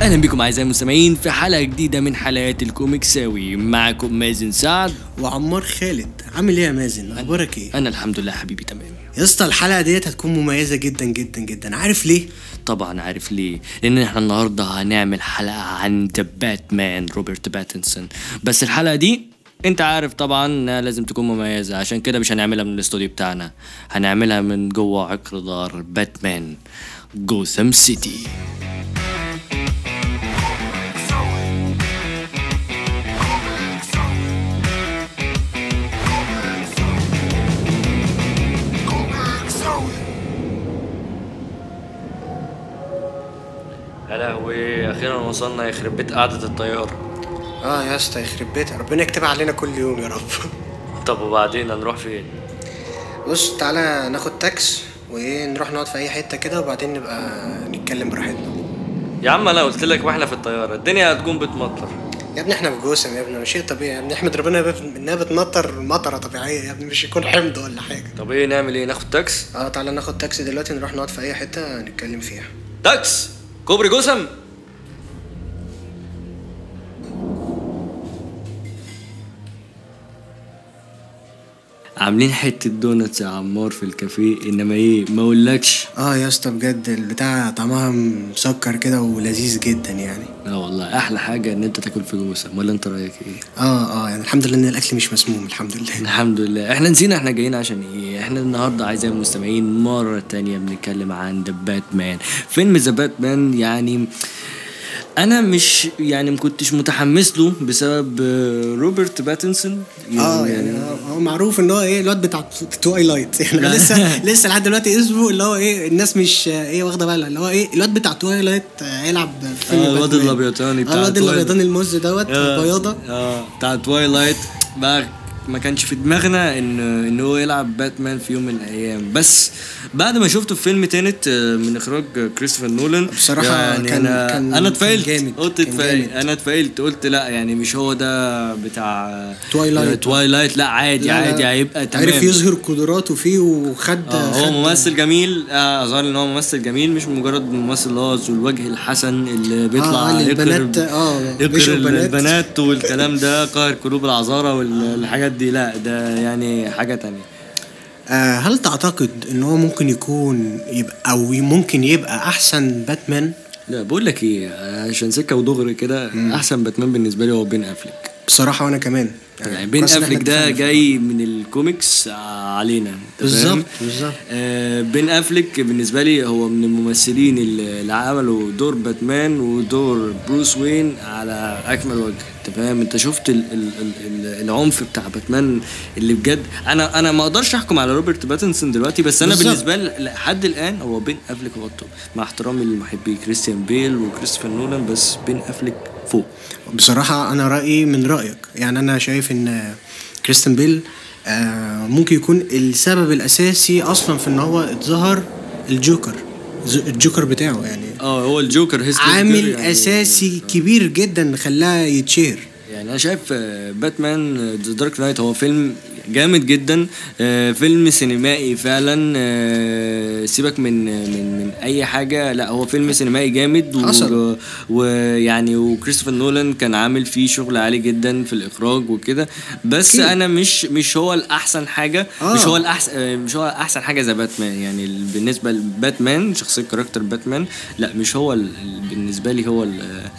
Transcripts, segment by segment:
اهلا بكم اعزائي المستمعين في حلقه جديده من حلقات الكوميكساوي. معكم مازن سعد وعمار خالد. عامل ايه يا مازن؟ اخبارك ايه؟ انا الحمد لله حبيبي تمام يا اسطى. الحلقه ديت هتكون مميزه جدا جدا جدا. عارف ليه؟ طبعا عارف ليه، لان احنا النهارده هنعمل حلقه عن ذا باتمان روبرت باتنسون. بس الحلقه دي انت عارف طبعا انها لازم تكون مميزه، عشان كده مش هنعملها من الاستوديو بتاعنا، هنعملها من جوه عقر دار باتمان جوثام سيتي. يا لهوي اخيرا وصلنا، يخرب بيت قعدة الطيارة. يا اسطى يخرب بيتها، ربنا يكتبها علينا كل يوم يا رب. طب وبعدين هنروح فين؟ بص تعالى ناخد تاكس ونروح نقعد في اي حته كده، وبعدين نبقى نتكلم براحتنا. يا عم انا قلت لك واحنا في الطيارة الدنيا هتكون بتمطر. يا ابني احنا في جوثام يا ابني، مش شيء طبيعي يا ابني. احمد ربنا انها بتمطر مطره طبيعيه يا ابني، مش يكون حمض ولا حاجه. طب ايه نعمل ايه؟ ناخد تاكس؟ تعالى ناخد تاكسي دلوقتي، نروح نقعد في اي حته نتكلم فيها. تاكس كوبري جوثام. عاملين حتة دونتس يا عمار في الكافيه، انما ايه ما اقولكش. يا اسطى بجد البتاع طعمها مسكر كده ولذيذ جدا يعني. والله احلى حاجة ان انت تاكل في جوثام، ولا انت رايك ايه؟ يعني الحمد لله ان الاكل مش مسموم، الحمد لله. الحمد لله. احنا نسينا احنا جايين عشان ايه. احنا النهارده اعزائي المستمعين مرة تانية بنتكلم عن ذا باتمان. فيلم ذا باتمان يعني انا مش يعني مكنتش متحمس له بسبب روبرت باتنسون. يعني هو معروف ان هو ايه الواد بتاع تويلايت يعني. لسه لحد دلوقتي اسمه اللي هو ايه، الناس مش ايه واخده بالها اللي هو ايه الواد بتاع تويلايت هيلعب فيلم الواد الابيضاني بتاع الواد الابيضاني الموز دوت بياضه بتاع تويلايت بقى. ما كانش في دماغنا ان هو يلعب باتمان في يوم من الايام، بس بعد ما شفته في فيلم تانت من اخراج كريستوفر نولان بصراحه يعني انا اتفائلت، قلت لا يعني مش هو ده بتاع تويلايت لا عادي هيبقى تمام. عارف يظهر قدراته فيه وخد هو ممثل جميل. ظهر ان هو ممثل جميل، مش مجرد ممثل اللي هو ذو الوجه الحسن اللي بيطلع يقهر البنات والكلام ده، قاهر قلوب العذارى والحاجات دي. لا ده يعني حاجة تانية. هل تعتقد ان هو ممكن يكون يبقى او ممكن يبقى احسن باتمان؟ لا بقول لك ايه، عشان سكة ودغري كده، احسن باتمان بالنسبة لي هو بين افليك بصراحة. وانا كمان يعني بين افليك ده جاي من الكوميكس علينا بالظبط. بين افليك بالنسبه لي هو من الممثلين اللي عملوا دور باتمان ودور بروس وين على اكمل وجه. انت فاهم؟ انت شفت العنف بتاع باتمان اللي بجد. انا ما اقدرش احكم على روبرت باتنسون دلوقتي، بس انا بالنسبه لي لحد الان هو بين افليك هو التوب، مع احترامي لمحبي كريستيان بيل وكريستوفر نولان، بس بين افليك فوق. بصراحة أنا رأيي من رأيك، يعني أنا شايف إن كريستيان بيل ممكن يكون السبب الأساسي أصلا في إن هو اتظهر الجوكر بتاعه يعني. هو الجوكر عامل يعني أساسي كبير جدا خلاه يتشهر. يعني أنا شايف باتمان ذا دارك نايت هو فيلم جامد جدا، فيلم سينمائي فعلا. سيبك من اي حاجه، لا هو فيلم سينمائي جامد ويعني وكريستوفر نولان كان عامل فيه شغل عالي جدا في الاخراج وكده. بس كي. انا مش هو الاحسن حاجه. مش هو احسن حاجه زي باتمان يعني. بالنسبه لباتمان شخصيه كاركتر باتمان، لا مش هو بالنسبه لي هو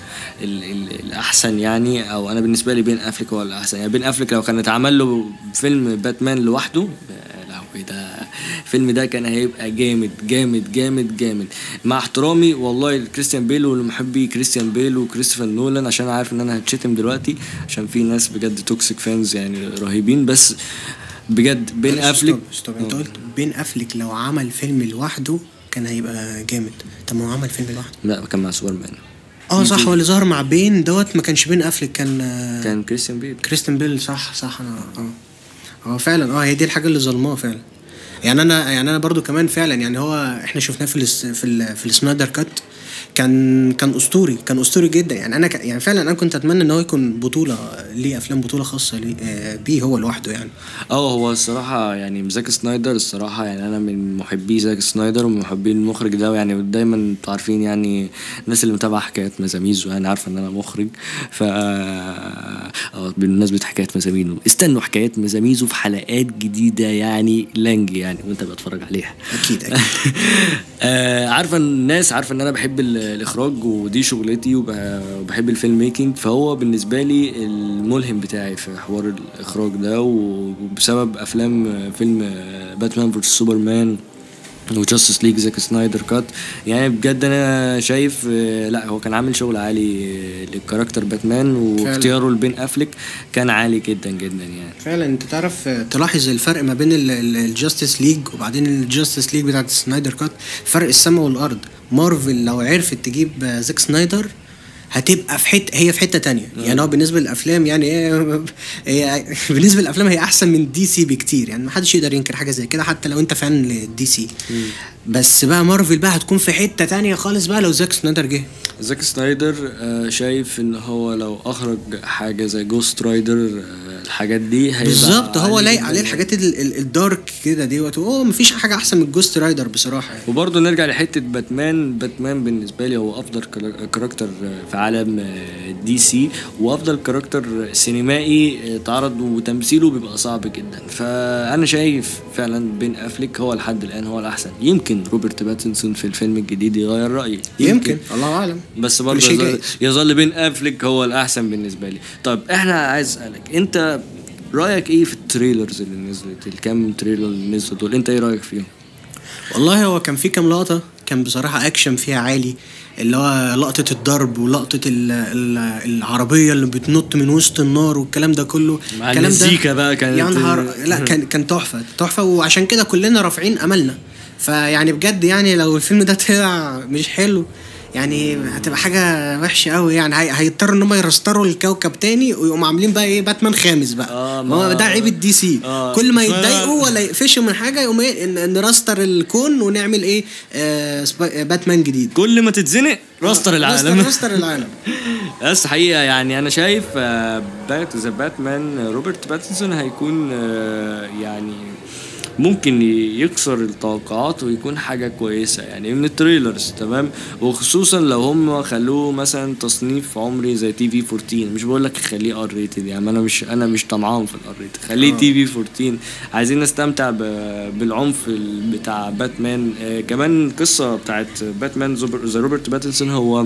الاحسن يعني. او انا بالنسبه لي بين افليك هو الاحسن يعني. بين افليك لو كان اتعمل له فيلم باتمان لوحده، لهوي ده الفيلم ده كان هيبقى جامد جامد جامد جامد. مع احترامي والله لكريستيان بيل ولمحبي كريستيان بيل وكريستوفر نولان، عشان عارف ان انا هتشتم دلوقتي عشان في ناس بجد توكسيك فانز يعني رهيبين، بس بجد بين افليك. انت قلت بين افليك لو عمل فيلم لوحده كان هيبقى جامد. طب ما هو عمل فيلم لوحده. لا كان مع سوبرمان. صح، هو اللي ظهر مع بين دوت ما كانش بين افليك، كان كريستيان بيل صح انا فعلا هي دي الحاجه اللي ظلماه فعلا يعني. انا برضو كمان فعلا يعني. هو احنا شفناه في السنايدر كات، كان اسطوري، كان اسطوري جدا يعني. انا يعني فعلا انا كنت اتمنى ان هو يكون بطوله ليه، افلام بطوله خاصه ليه بيه هو لوحده يعني. هو الصراحة يعني زاك سنايدر الصراحة، يعني أنا من محبي زاك سنايدر ومن محبي المخرج ده، يعني دايما انتوا عارفين يعني الناس اللي متابعة حكايات مزاميزو يعني عارفة إن أنا مخرج. ف بالمناسبة حكايات مزاميزو، استنوا حكايات مزاميزو في حلقات جديدة يعني لانج يعني وأنت بتتفرج عليها. اكيد اكيد. عارفة الناس عارفة إن أنا بحب الإخراج ودي شغلتي وبحب الفيلم ميكينج، فهو بالنسبة لي الملهم بتاعي في حوار الإخراج ده، وبسبب فيلم باتمان فيرس سوبرمان وجاستس ليج زاك سنايدر كات. يعني بجد انا شايف لا هو كان عامل شغل عالي للكاركتر باتمان، واختياره لبين افليك كان عالي جدا جدا يعني. فعلا انت تعرف تلاحظ الفرق ما بين الجاستس ليج وبعدين الجاستس ليج بتاعت سنايدر كات، فرق السماء والارض. مارفل لو عرفت تجيب زاك سنايدر هتبقى هي في حته تانية يعني. هو بالنسبه للافلام يعني هي بالنسبه للافلام هي احسن من دي سي بكتير يعني، ما حدش يقدر ينكر حاجه زي كده حتى لو انت فان للدي سي. بس بقى مارفل بقى هتكون في حته تانية خالص بقى لو زاك سنايدر جه. زاك سنايدر شايف ان هو لو اخرج حاجه زي جوست رايدر الحاجات دي هيبقى بالظبط، هو لايق عليه الحاجات الدارك كده ديوت. مفيش حاجه احسن من الجوست رايدر بصراحه يعني. وبرضه نرجع لحته باتمان بالنسبه لي هو افضل كاركتر في عالم دي سي، وافضل كاركتر سينمائي اتعرض وتمثيله بيبقى صعب جدا. فانا شايف فعلا بين افليك هو لحد الان هو الاحسن. يمكن روبرت باتنسون في الفيلم الجديد يغير رايي، يمكن الله اعلم، بس برضه يظل بين افليك هو الاحسن بالنسبه لي. طيب احنا عايز اسالك انت رايك ايه في التريلرز اللي نزلت، الكام تريلر اللي نزلوا دول، انت ايه رايك فيهم؟ والله هو كان في كام لقطه كان بصراحه اكشن فيها عالي، اللي هو لقطه الضرب ولقطه العربيه اللي بتنط من وسط النار والكلام ده كله. الكلام ده بقى كانت يا نهار لا كان تحفه تحفه، وعشان كده كلنا رافعين املنا. فيعني بجد يعني لو الفيلم ده طلع مش حلو يعني هتبقى حاجه وحشه قوي يعني. هيضطروا ان هم يرستروا الكوكب تاني ويقوموا عاملين بقى ايه باتمان خامس بقى. هو ده عيب الدي سي. كل ما يتضايقوا ولا يقفشوا من حاجه يقوم ايه نرستر الكون ونعمل ايه باتمان جديد. كل ما تتزنق رستر العالم. رستر العالم. بس حقيقه يعني انا شايف باتمان روبرت باتنسون هيكون يعني ممكن يكسر التوقعات ويكون حاجة كويسة يعني من التريلرز. تمام، وخصوصا لو هم خلوه مثلا تصنيف عمري زي تي في 14. مش بقول لك خليه ار ريتد يعني، انا مش طمعان في الار ريتد، خليه تي في 14. عايزين نستمتع بالعنف بتاع باتمان. كمان القصة بتاعت باتمان ذا روبرت باتنسون هو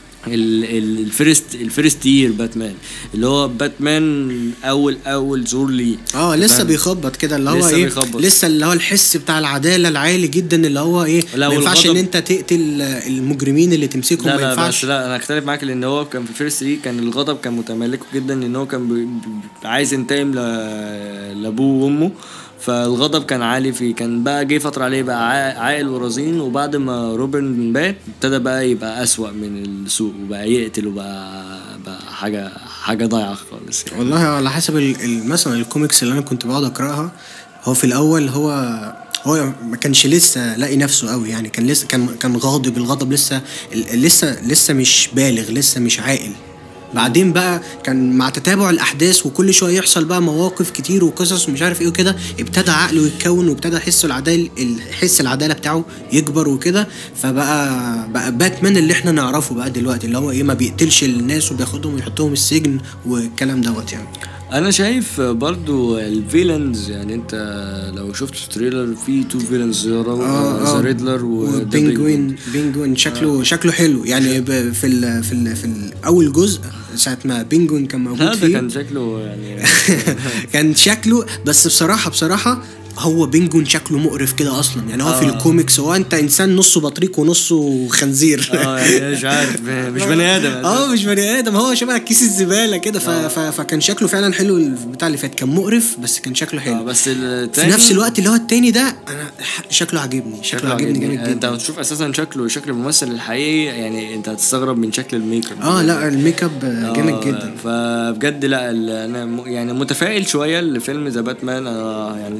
الفيرست يير باتمان، اللي هو باتمان اول ظهور ليه. لسه بيخبط كده، اللي هو ايه لسه اللي هو الحس بتاع العداله العالي جدا، اللي هو ايه ما ينفعش ان انت تقتل المجرمين اللي تمسكهم. ما ينفعش. لا انا اختلف معاك، لان هو كان في فيرست يير كان الغضب كان متملكه جدا، لان هو كان عايز ينتقم لابوه وامه. فالغضب كان عالي فيه. كان بقى جه فترة عليه بقى عاقل ورزين، وبعد ما روبن مات ابتدى بقى يبقى أسوأ من السوق وبقى يقتل وبقى حاجة ضايعة خالص يعني. والله على حسب مثلا الكوميكس اللي أنا كنت بقعد أقرأها، هو في الأول هو ما كانش لسه لاقي نفسه قوي يعني. كان لسه كان غاضب، الغضب لسه مش بالغ، لسه مش عاقل. بعدين بقى كان مع تتابع الاحداث وكل شويه يحصل بقى مواقف كتير وقصص ومش عارف ايه وكده، ابتدى عقله يتكون وابتدى حس العداله بتاعه يكبر وكده. فبقى باتمان اللي احنا نعرفه بقى دلوقتي، اللي هو ايه ما بيقتلش الناس وبياخدهم ويحطهم السجن والكلام دوت يعني. انا شايف برضو الفيلنز يعني. انت لو شفت التريلر في تو فيلنز ذا ريدلر وبينجوين شكله حلو يعني. في اول جزء ساعه ما بينجوين كان موجود فيه كان شكله يعني كان شكله، بس بصراحه هو بينجون شكله مقرف كده اصلا يعني. هو في الكوميكس هو انت انسان نصه بطريق ونصه خنزير. يعني مش عارف مش بني ادم. مش بني ادم، هو شبه كيس الزباله كده. فكان شكله فعلا حلو. البتاع اللي فات كان مقرف بس كان شكله حلو. بس في نفس الوقت اللي هو التاني ده انا شكله عجبني جامد جدا. انت بتشوف اساسا شكل الممثل الحقيقي يعني، انت هتستغرب من شكل الميك اب. لا الميك اب جامد جدا. فبجد لا انا يعني متفائل شويه لفيلم ذا باتمان. يعني لازم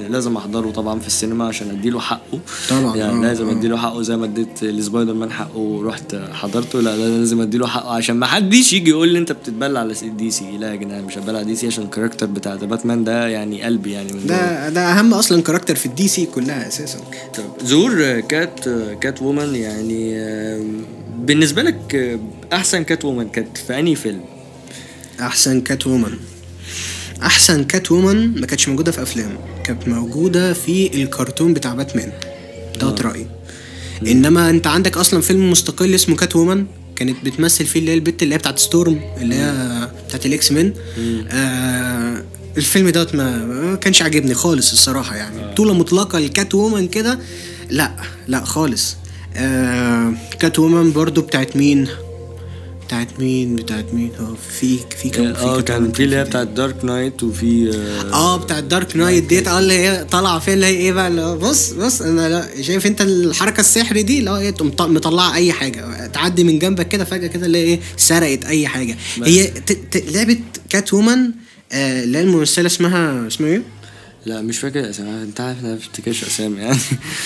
احضره طبعا في السينما عشان اديله حقه طبعا يعني لازم اديله حقه زي ما اديت لسبايدر مان حقه ورحت حضرته. لا لازم اديله حقه عشان ما حدش يجي يقول لي انت بتتبلع على دي سي. لا يا جدعان مش هتبلع دي سي عشان الكاركتر بتاع ذا باتمان ده يعني قلبي يعني من ده اهم اصلا كاركتر في الدي سي كلها اساسا. ظهور كات وومن يعني بالنسبه لك احسن كات وومن كانت في انهي فيلم؟ احسن كات وومن ما كانتش موجوده في افلام، كانت موجوده في الكرتون بتاع باتمان ده رايي. انما انت عندك اصلا فيلم مستقل اسمه كات وومن كانت بتمثل فيه اللي هي البت اللي هي بتاعت ستورم اللي هي بتاعت الاكس مان. الفيلم دوت ما كانش عاجبني خالص الصراحه يعني. بطوله مطلقه الكات وومن كده لا خالص. كات وومن برضو بتاعت مين كان في اللي هي بتاعت دارك نايت وفي بتاعت دارك نايت ديت اللي هي طالعه فين اللي هي ايه بقى. بص انا لا شايف انت الحركه السحري دي اللي هي مطلعه اي حاجه تعدي من جنبك كده فجاه كده اللي هي ايه سرقت اي حاجه. هي لعبه كات وومن اللي هي الممثله اسمها ايه؟ لا مش فاكر اسامي. انت عارف انا ما بفتكرش اسامي يعني.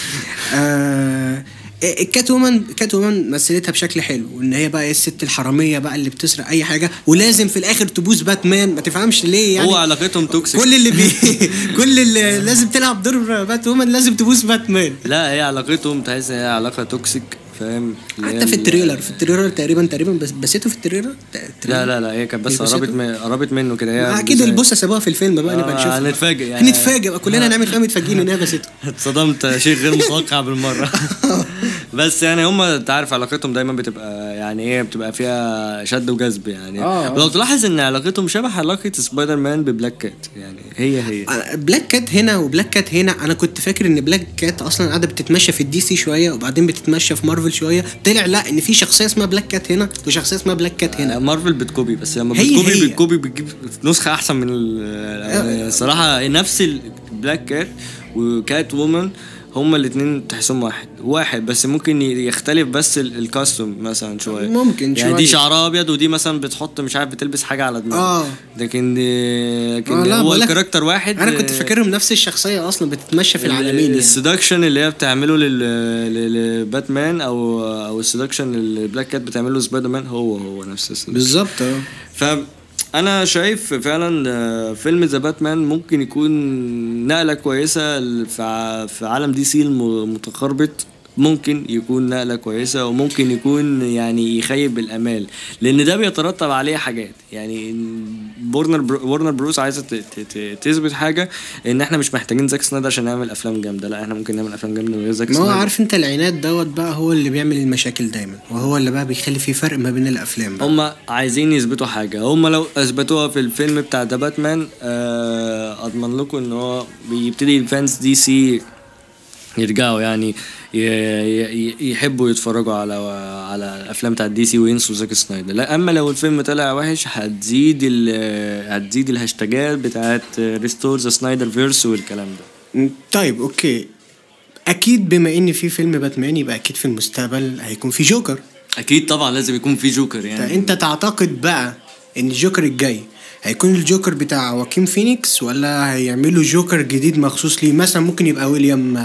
كات وومن مثلتها بشكل حلو وان هي بقى الست الحراميه بقى اللي بتسرق اي حاجه ولازم في الاخر تبوس باتمان. ما تفهمش ليه يعني. هو علاقتهم توكسيك. كل اللي لازم تلعب دور بات وومن لازم تبوس باتمان. لا هي علاقتهم تحس هي علاقه توكسيك فاهم. حتى في التريلر تقريبا بسيته في التريلر. لا هي كانت بس قربت منه كده. هي اكيد البوسه سابوها في الفيلم بقى نبقى نشوفها هنتفاجئ يعني. هنتفاجئ كلنا نعمل فيها متفاجئين ان هي بسيته. اتصدمت شيء غير متوقع بالمره. بس يعني هم انت عارف علاقتهم دايما بتبقى يعني ايه بتبقى فيها شد وجذب يعني. لو تلاحظ ان علاقتهم شبه علاقه سبايدر مان ببلاك كات يعني هي بلاك كات هنا وبلاك كات هنا. انا كنت فاكر ان بلاك كات اصلا قاعده بتتمشى في الدي سي شويه وبعدين بتتمشى في مارفل شويه. طلع لا ان في شخصيه اسمها بلاك كات هنا وشخصيه اسمها بلاك كات هنا. مارفل بتكوبي بس لما بتكوبي بتجيب نسخه احسن من الصراحه. نفس البلاك كات وكات وومن هما الاثنين تحسهم واحد بس ممكن يختلف بس الكاستوم مثلا شويه. ممكن يعني دي شعرها ابيض ودي مثلا بتحط مش عارف بتلبس حاجه على دماغها. لكن هو الكاركتر واحد. انا كنت فاكرهم نفس الشخصيه اصلا بتتمشى في العالمين يعني. السدكشن اللي هي بتعمله لباتمان او السدكشن اللي بلاك كات بتعمله لسبايدر مان هو نفس السدكشن بالظبط. انا شايف فعلا فيلم ذا باتمان ممكن يكون نقله كويسه في عالم دي سي المتخربط. ممكن يكون نقله كويسه وممكن يكون يعني يخيب الامال لان ده بيترتب عليه حاجات يعني. ورنر بروس عايزه تثبت حاجه ان احنا مش محتاجين زاك سنايدر عشان نعمل افلام جامده. لا احنا ممكن نعمل افلام جامده من غير زاك سنايدر. ما عارف انت العناد دوت بقى هو اللي بيعمل المشاكل دايما وهو اللي بقى بيخلي في فرق ما بين الافلام بقى. هم عايزين يثبتوا حاجه. هم لو اثبتوها في الفيلم بتاع ذا باتمان اضمن لكم ان هو بيبتدي الفانز دي سي يرجعوا يعني يحبوا يتفرجوا على الافلام بتاعت دي سي وينسوا زاك سنايدر. لا اما لو الفيلم طلع وحش هتزيد الهاشتاجات بتاعت ريستور ذا سنايدر فيرس والكلام ده. طيب اوكي اكيد بما ان في فيلم باتمان يبقى اكيد في المستقبل هيكون في جوكر. اكيد طبعا لازم يكون في جوكر يعني. انت تعتقد بقى ان الجوكر الجاي هيكون الجوكر بتاع واكين فينيكس ولا هيعملوا جوكر جديد مخصوص ليه؟ مثلا ممكن يبقى ويليام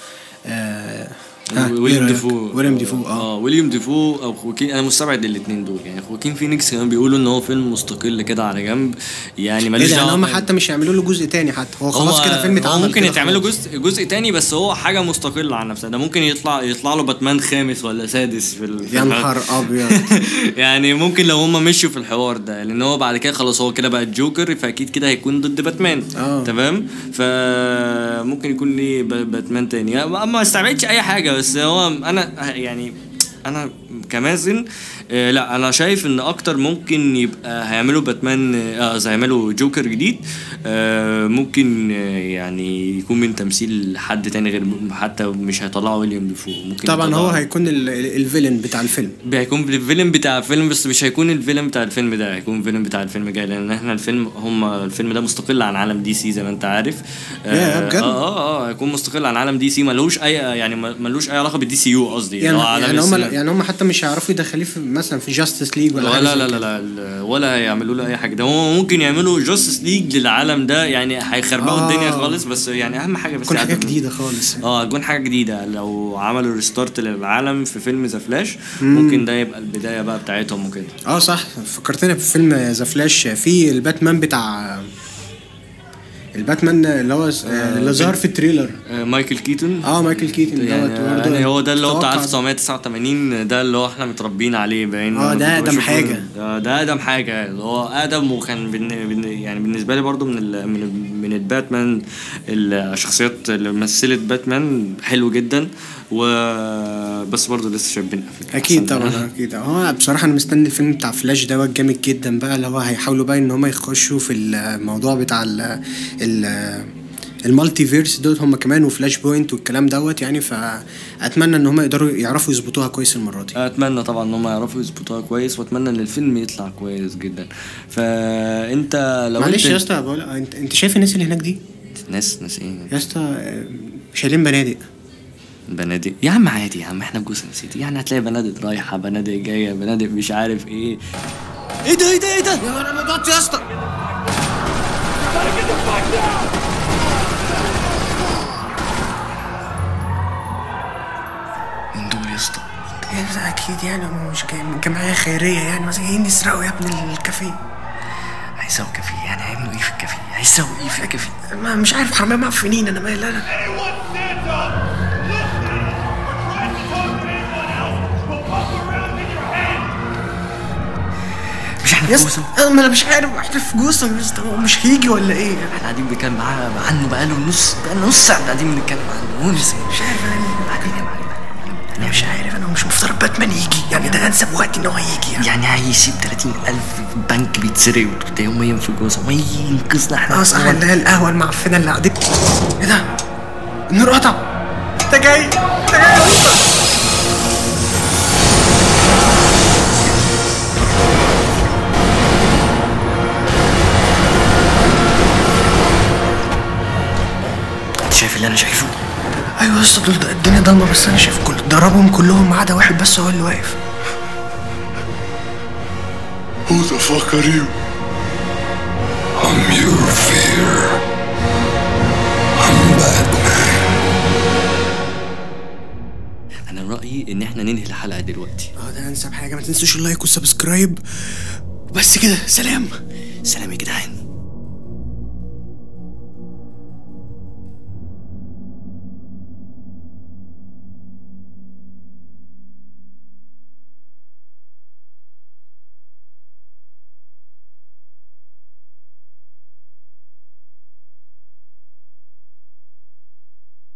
ويليام ديفو. ويليام ديفو او خوكين. انا مستبعد الاثنين دول يعني. خوكين فينيكس كانوا بيقولوا ان هو فيلم مستقل كده على جنب يعني مالوش دعوه. هم حتى مش هيعملوا له جزء تاني حتى هو خلاص كده فيلم اتعمل. ممكن يتعملوا جزء تاني بس هو حاجه مستقله عن نفسها. ده ممكن يطلع له باتمان خامس ولا سادس في يا نهار ابيض. يعني ممكن لو هم مشوا في الحوار ده لان هو بعد كده خلاص هو كده بقى الجوكر فاكيد كده هيكون ضد باتمان. تمام. فممكن يكون ليه باتمان تاني يعني. ما استبعدش اي حاجه بس هو انا كمازن لا انا شايف ان اكتر ممكن يبقى هيعملوا باتمان هيعملوا جوكر جديد. ممكن يعني يكون من تمثيل حد تاني غير حتى مش هيطلعوا ويليام ديفو. ممكن طبعا هو هيكون الفيلن بتاع الفيلم. هيكون الفيلن بتاع الفيلم بس مش هيكون الفيلن بتاع الفيلم ده. هيكون الفيلن بتاع الفيلم جاي لان احنا الفيلم ده مستقل عن عالم دي سي زي ما انت عارف. هيكون مستقل عن عالم دي سي ملوش اي علاقه بالدي سي يو قصدي. يعني هم حتى مش هيعرفوا يدخلوه مثلا في جاستس ليج ولا لا حاجة لا زي لا كده. لا لا ولا هيعملوا له اي حاجه. ده هو ممكن يعملوا جاستس ليج للعالم ده، يعني هيخربقوا الدنيا خالص، بس يعني اهم حاجه بس تكون حاجة يعدوا. جديدة خالص. تكون حاجه جديده. لو عملوا ريستارت للعالم في فيلم ذا فلاش، ممكن ده يبقى البدايه بقى بتاعتهم وكده. صح، فكرتني بفيلم ذا فلاش، في الباتمان بتاع الباتمان اللي هو اللي ظهر في التريلر. مايكل كيتون. مايكل كيتون دوت يعني, برضه. يعني هو ده اللي هو بتاع تتوقع- 1989، ده اللي هو احنا متربيين عليه باين. ده كنت أقدم بشوفه. حاجة. ده اقدم حاجه، اللي هو اقدم، وكان يعني بالنسبه لي برضو من الباتمان، الشخصيات اللي مثلت باتمان حلو جدا. وبس برضو لسه شايفين اكيد طبعا اكيد. بصراحه انا مستني الفيلم بتاع فلاش دوت جامد جدا بقى، اللي هو هيحاولوا بقى ان هم يخشوا في الموضوع بتاع المالتي فيرس دوت هم كمان، وفلاش بوينت والكلام دوت يعني. فاتمنى ان هم يقدروا يعرفوا يظبطوها كويس المره دي. اتمنى طبعا ان هم يعرفوا يظبطوها كويس، واتمنى ان الفيلم يطلع كويس جدا. فانت لو معلش يا اسطى بقول، انت شايف الناس اللي هناك دي؟ ناس ايه يا اسطى؟ شايلين بنادق. بنادق يا عم؟ عادي يا عم، احنا في جوثام سيتي، يعني هتلاقي بنادق رايحه، بنادق جايه، بنادق مش عارف ايه. ايه ده يا انا مضغط يا اسطى. من دول يا اسطى؟ اكيد يعني هم مش جايين من جمعيه خيريه، يعني مثلا جايين يسرقوا يا ابني الكافيه. هيسرقوا كافيه؟ يعني هيعملوا ايه في الكافيه؟ هيسرقوا ايه في الكافيه؟ ما مش عارف، حرامية معفنين، انا مالي انا. مش احنا في جوثام؟ انا مش عارف، احنا في جوثام يا اسطى، هو مش هيجي ولا ايه؟ احنا قاعدين بنتكلم عنه بقالنا نص ساعه قاعدين بنتكلم عنه، مش عارف انا مش عارف، انا مش مفترض باتمان يجي يعني، ده انسب وقت ان هو يجي يعني هيسيب 30,000 بنك بيتسرق ده يوميا في جوثام ويجي ينقذنا احنا؟ صح، اللي هي القهوه المعفنه اللي قعدت. ايه ده؟ النور قطع. انت جاي يا اسطى. شايف اللي انا شايفه؟ ايوه يا اسطى، دول الدنيا ضلمه، بس انا شايف ضربهم كلهم ما عدا واحد بس هو اللي واقف. Who the fuck are you? I'm your fear. I'm Batman. انا رأيي ان احنا ننهي الحلقة دلوقتي. ده انسب حاجه، ما تنسوش اللايك والسبسكرايب، وبس كده. سلام. سلام يا جدعان.